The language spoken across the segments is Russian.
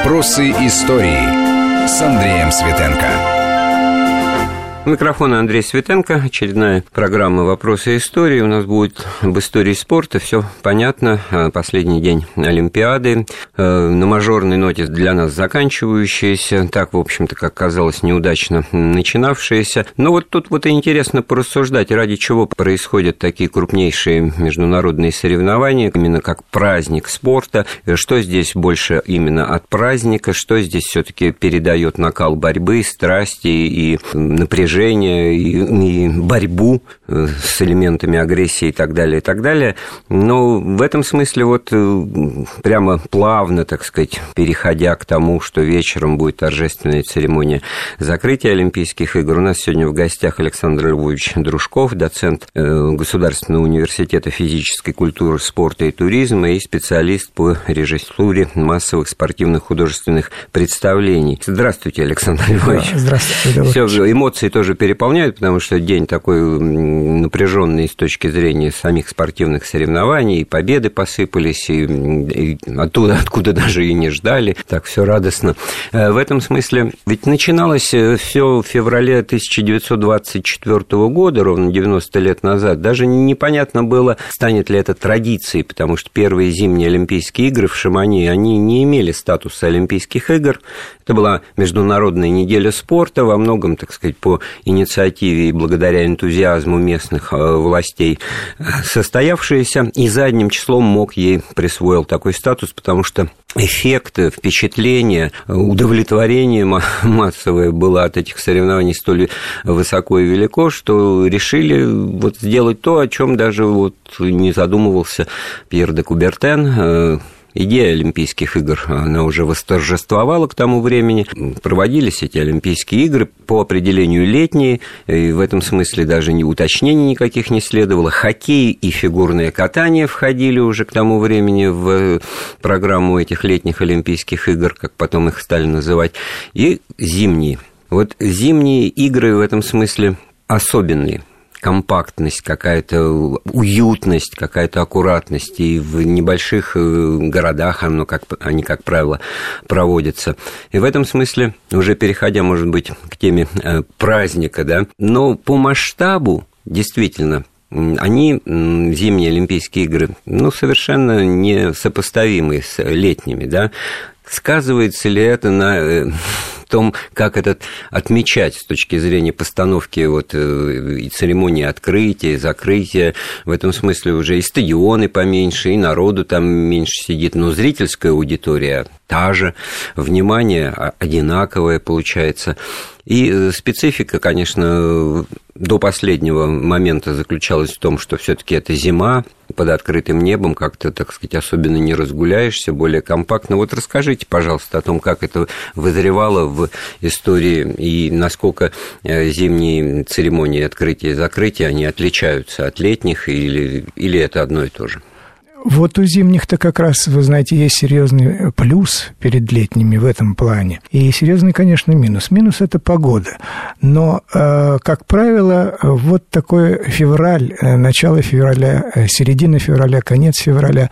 Вопросы истории с Андреем Светенко. У микрофона Андрей Светенко. Очередная программа «Вопросы истории». У нас будет об истории спорта. Все понятно. Последний день Олимпиады. На мажорной ноте для нас заканчивающаяся. Так, в общем-то, как казалось, неудачно начинавшаяся. Но вот тут вот и интересно порассуждать, ради чего происходят такие крупнейшие международные соревнования, именно как праздник спорта. Что здесь больше именно от праздника, что здесь все-таки передает накал борьбы, страсти и напряжения, и борьбу с элементами агрессии и так далее, и так далее. Но в этом смысле вот прямо плавно, так сказать, переходя к тому, что вечером будет торжественная церемония закрытия Олимпийских игр, у нас сегодня в гостях Александр Львович Дружков, доцент Государственного университета физической культуры, спорта и туризма и специалист по режиссуре массовых спортивных художественных представлений. Здравствуйте, Александр Львович. Здравствуйте. Все, эмоции тоже переполняют, потому что день такой напряженный с точки зрения самих спортивных соревнований, и победы посыпались, и оттуда, откуда даже и не ждали, так все радостно. В этом смысле ведь начиналось все в феврале 1924 года, ровно 90 лет назад. Даже непонятно было, станет ли это традицией, потому что первые зимние Олимпийские игры в Шамани, они не имели статуса Олимпийских игр. Это была международная неделя спорта, во многом, так сказать, по инициативе и благодаря энтузиазму местных властей состоявшаяся, и задним числом МОК ей присвоил такой статус, потому что эффект, впечатление, удовлетворение массовое было от этих соревнований столь высоко и велико, что решили вот сделать то, о чем даже вот не задумывался Пьер де Кубертен. Идея Олимпийских игр, она уже восторжествовала к тому времени. Проводились эти Олимпийские игры по определению летние, и в этом смысле даже уточнений никаких не следовало. Хоккей и фигурное катание входили уже к тому времени в программу этих летних Олимпийских игр, как потом их стали называть, и зимние. Вот зимние игры в этом смысле особенные. Компактность, какая-то уютность, какая-то аккуратность, и в небольших городах они, как правило, проводятся. И в этом смысле, уже переходя, может быть, к теме праздника, да, но по масштабу, действительно, они, зимние Олимпийские игры, совершенно не сопоставимы с летними, да. Сказывается ли это на том, как это отмечать с точки зрения постановки и церемонии открытия, и закрытия? В этом смысле уже и стадионы поменьше, и народу там меньше сидит, но зрительская аудитория та же, внимание одинаковое получается. И специфика, конечно, до последнего момента заключалась в том, что все-таки это зима, под открытым небом, как-то, так сказать, особенно не разгуляешься, более компактно. Вот расскажите, пожалуйста, о том, как это вызревало в истории и насколько зимние церемонии открытия и закрытия, они отличаются от летних или это одно и то же? Вот у зимних-то как раз, вы знаете, есть серьезный плюс перед летними в этом плане. И серьезный, конечно, минус. Минус – это погода. Но, как правило, вот такой февраль, начало февраля, середина февраля, конец февраля,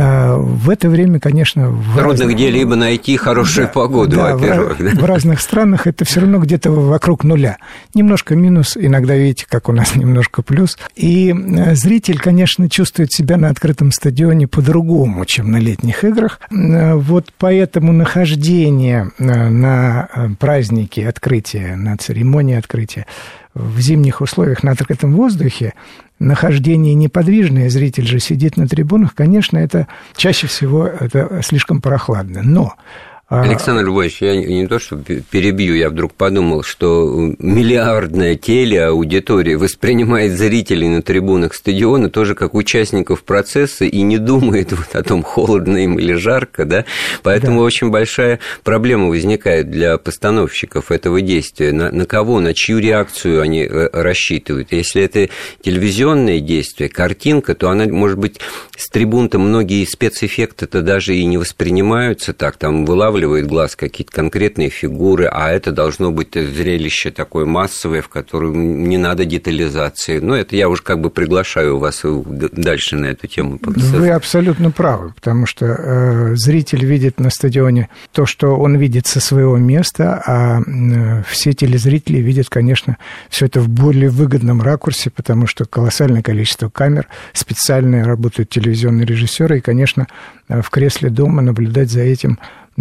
в это время, конечно... Трудно где-либо найти хорошую погоду, во-первых. В разных странах это все равно где-то вокруг нуля. Немножко минус, иногда, видите, как у нас немножко плюс. И зритель, конечно, чувствует себя на открытом стадионе по-другому, чем на летних играх. Вот поэтому нахождение на празднике открытия, на церемонии открытия в зимних условиях на открытом воздухе, нахождение неподвижное, зритель же сидит на трибунах, конечно, это чаще всего это слишком прохладно. Но Александр Львович, я не то, что перебью, я вдруг подумал, что миллиардная телеаудитория воспринимает зрителей на трибунах стадиона тоже как участников процесса и не думает вот о том, холодно им или жарко, да? Поэтому очень большая проблема возникает для постановщиков этого действия. На кого, на чью реакцию они рассчитывают? Если это телевизионное действие, картинка, то она, может быть, с трибун-то многие спецэффекты-то даже и не воспринимаются так, там вылавливаются улавливает глаз какие-то конкретные фигуры, а это должно быть зрелище такое массовое, в котором не надо детализации. Но это я уже как бы приглашаю вас дальше на эту тему побеседовать. Вы абсолютно правы, потому что зритель видит на стадионе то, что он видит со своего места, а все телезрители видят, конечно, все это в более выгодном ракурсе, потому что колоссальное количество камер, специально работают телевизионные режиссеры, и, конечно, в кресле дома наблюдать за этим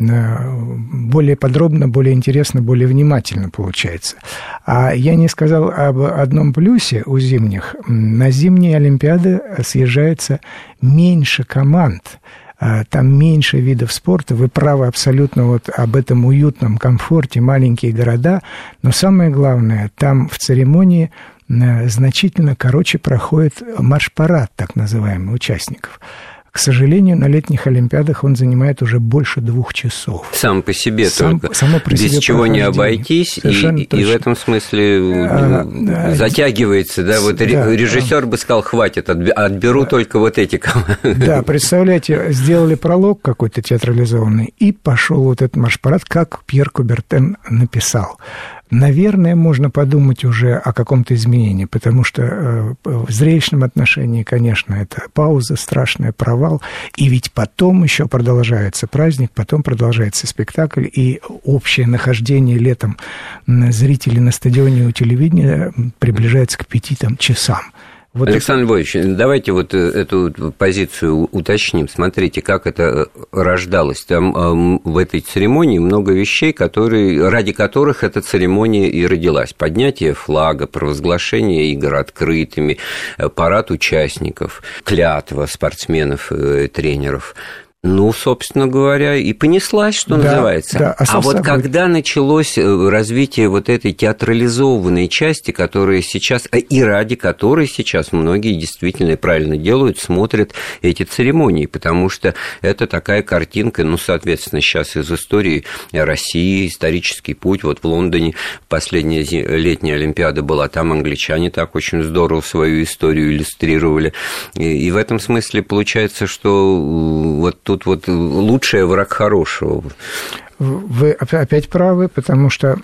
более подробно, более интересно, более внимательно получается. А я не сказал об одном плюсе у зимних. На зимние Олимпиады съезжается меньше команд, там меньше видов спорта. Вы правы абсолютно вот об этом уютном комфорте, маленькие города, но самое главное, там в церемонии значительно короче проходит марш-парад, так называемый, участников. К сожалению, на летних Олимпиадах он занимает уже больше 2 часов. Сам по себе только. Без чего не обойтись. И в этом смысле затягивается. Да? Вот режиссер бы сказал, хватит, отберу только вот эти команды. Да, представляете, сделали пролог какой-то театрализованный, и пошел вот этот марш-парад, как Пьер Кубертен написал. Наверное, можно подумать уже о каком-то изменении, потому что в зрелищном отношении, конечно, это пауза, страшный провал, и ведь потом еще продолжается праздник, потом продолжается спектакль, и общее нахождение летом зрителей на стадионе у телевидения приближается к 5 часам. Вот Александр Львович, давайте вот эту позицию уточним. Смотрите, как это рождалось. Там в этой церемонии много вещей, ради которых эта церемония и родилась. Поднятие флага, провозглашение игр открытыми, парад участников, клятва спортсменов, тренеров. Ну, собственно говоря, и понеслась, что называется. Да, а вот когда началось развитие вот этой театрализованной части, которая сейчас, и ради которой сейчас многие действительно правильно делают, смотрят эти церемонии, потому что это такая картинка, ну, соответственно, сейчас из истории России, исторический путь. Вот в Лондоне последняя летняя Олимпиада была, там англичане так очень здорово свою историю иллюстрировали. И в этом смысле получается, что вот тут вот лучший враг хорошего. Вы опять правы, потому что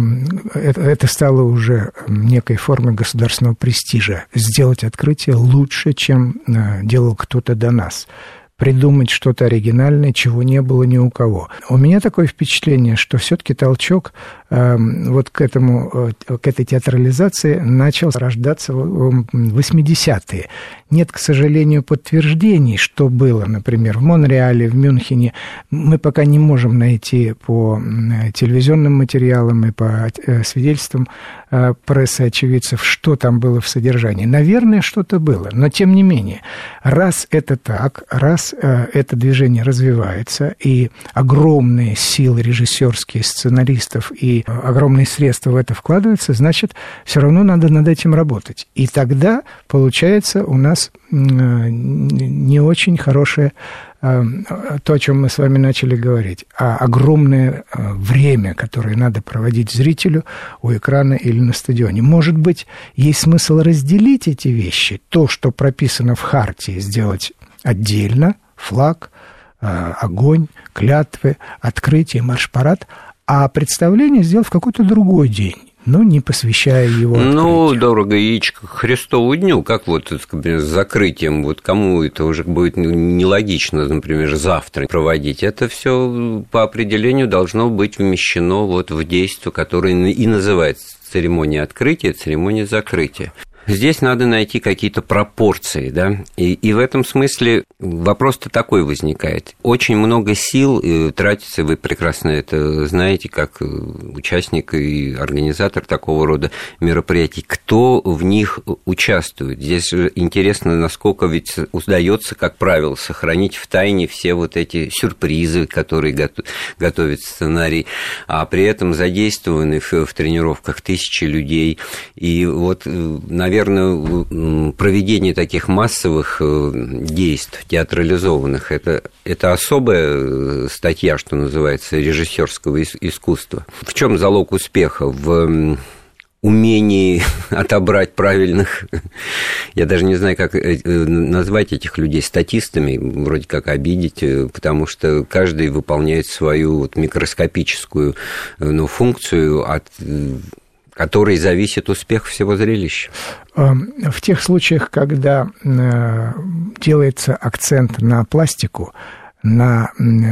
это стало уже некой формой государственного престижа. Сделать открытие лучше, чем делал кто-то до нас. Придумать что-то оригинальное, чего не было ни у кого. У меня такое впечатление, что все-таки толчок вот к этой театрализации начал рождаться в 80-е. Нет, к сожалению, подтверждений, что было, например, в Монреале, в Мюнхене. Мы пока не можем найти по телевизионным материалам и по свидетельствам прессы очевидцев, что там было в содержании. Наверное, что-то было, но тем не менее, раз это так, раз это движение развивается, и огромные силы режиссерские, сценаристов и огромные средства в это вкладываются, значит, все равно надо над этим работать. И тогда получается у нас не очень хорошее то, о чем мы с вами начали говорить, а огромное время, которое надо проводить зрителю у экрана или на стадионе. Может быть, есть смысл разделить эти вещи, то, что прописано в хартии, сделать отдельно, флаг, огонь, клятвы, открытие, марш-парад, а представление сделать в какой-то другой день, но не посвящая его открытию. Ну, дорого яичко к Христову дню, как вот с закрытием, вот кому это уже будет нелогично, например, завтра проводить. Это все по определению должно быть вмещено вот в действие, которое и называется церемония открытия, церемония закрытия. Здесь надо найти какие-то пропорции, да, и в этом смысле вопрос-то такой возникает. Очень много сил тратится, вы прекрасно это знаете, как участник и организатор такого рода мероприятий. Кто в них участвует? Здесь интересно, насколько ведь удается, как правило, сохранить в тайне все вот эти сюрпризы, которые готовит сценарий, а при этом задействованы в тренировках тысячи людей. И вот, наверное, проведение таких массовых действий, театрализованных, это особая статья, что называется, режиссерского искусства. В чем залог успеха? В умении отобрать правильных, я даже не знаю, как назвать этих людей, статистами, вроде как обидеть, потому что каждый выполняет свою вот микроскопическую функцию, от которой зависит успех всего зрелища. В тех случаях, когда делается акцент на пластику, на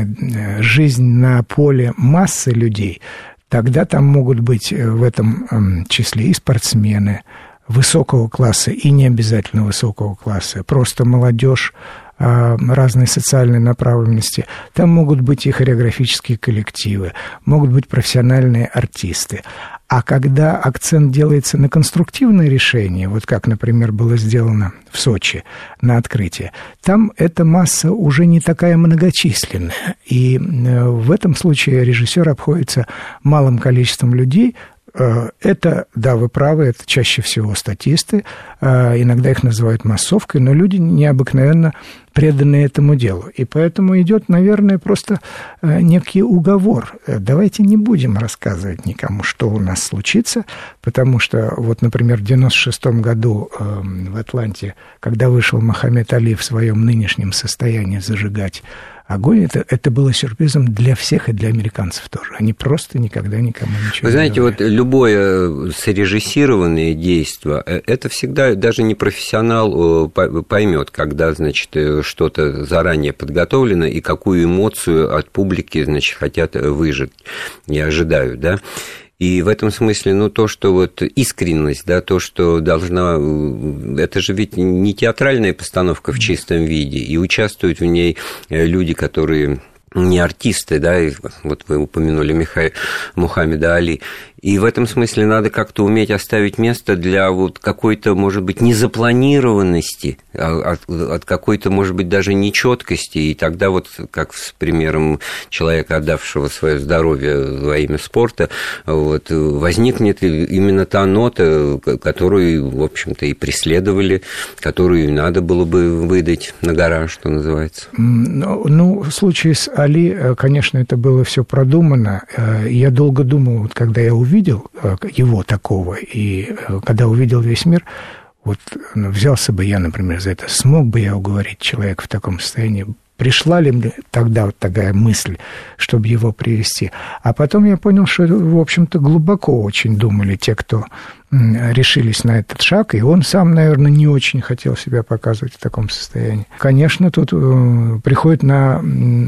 жизнь на поле массы людей, тогда там могут быть в этом числе и спортсмены высокого класса, и не обязательно высокого класса, просто молодежь разной социальной направленности. Там могут быть и хореографические коллективы, могут быть профессиональные артисты. А когда акцент делается на конструктивное решение, вот как, например, было сделано в Сочи на открытии, там эта масса уже не такая многочисленная. И в этом случае режиссер обходится малым количеством людей. Это, да, вы правы, это чаще всего статисты, иногда их называют массовкой, но люди необыкновенно преданы этому делу. И поэтому идет, наверное, просто некий уговор. Давайте не будем рассказывать никому, что у нас случится, потому что, вот, например, в 1996 году в Атланте, когда вышел Мохаммед Али в своем нынешнем состоянии зажигать огонь, это было сюрпризом для всех и для американцев тоже. Они просто никогда никому ничего Вы знаете, не говорят. вот любое срежиссированное действие, это всегда даже не профессионал поймет, когда, значит, что-то заранее подготовлено и какую эмоцию от публики, значит, хотят выжать и ожидают, да. И в этом смысле, то, что вот искренность, да, то, что должна... Это же ведь не театральная постановка в чистом виде, и участвуют в ней люди, которые не артисты, да, и вот вы упомянули Мухаммеда Али. И в этом смысле надо как-то уметь оставить место для вот какой-то, может быть, незапланированности, от какой-то, может быть, даже нечеткости. И тогда вот, как с примером человека, отдавшего свое здоровье во имя спорта, вот, возникнет именно та нота, которую, в общем-то, и преследовали, которую надо было бы выдать на гора, что называется. В случае с Али, конечно, это было все продумано. Я долго думал, вот, когда я увидел его такого, и когда увидел весь мир, вот взялся бы я, например, за это, смог бы я уговорить человека в таком состоянии, пришла ли мне тогда вот такая мысль, чтобы его привести. А потом я понял, что, в общем-то, глубоко очень думали те, кто решились на этот шаг, и он сам, наверное, не очень хотел себя показывать в таком состоянии. Конечно, тут приходят на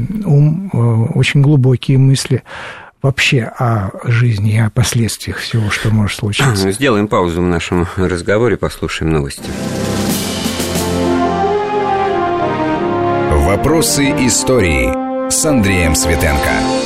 ум очень глубокие мысли вообще о жизни и о последствиях всего, что может случиться. Сделаем паузу в нашем разговоре, послушаем новости. Вопросы истории с Андреем Светенко.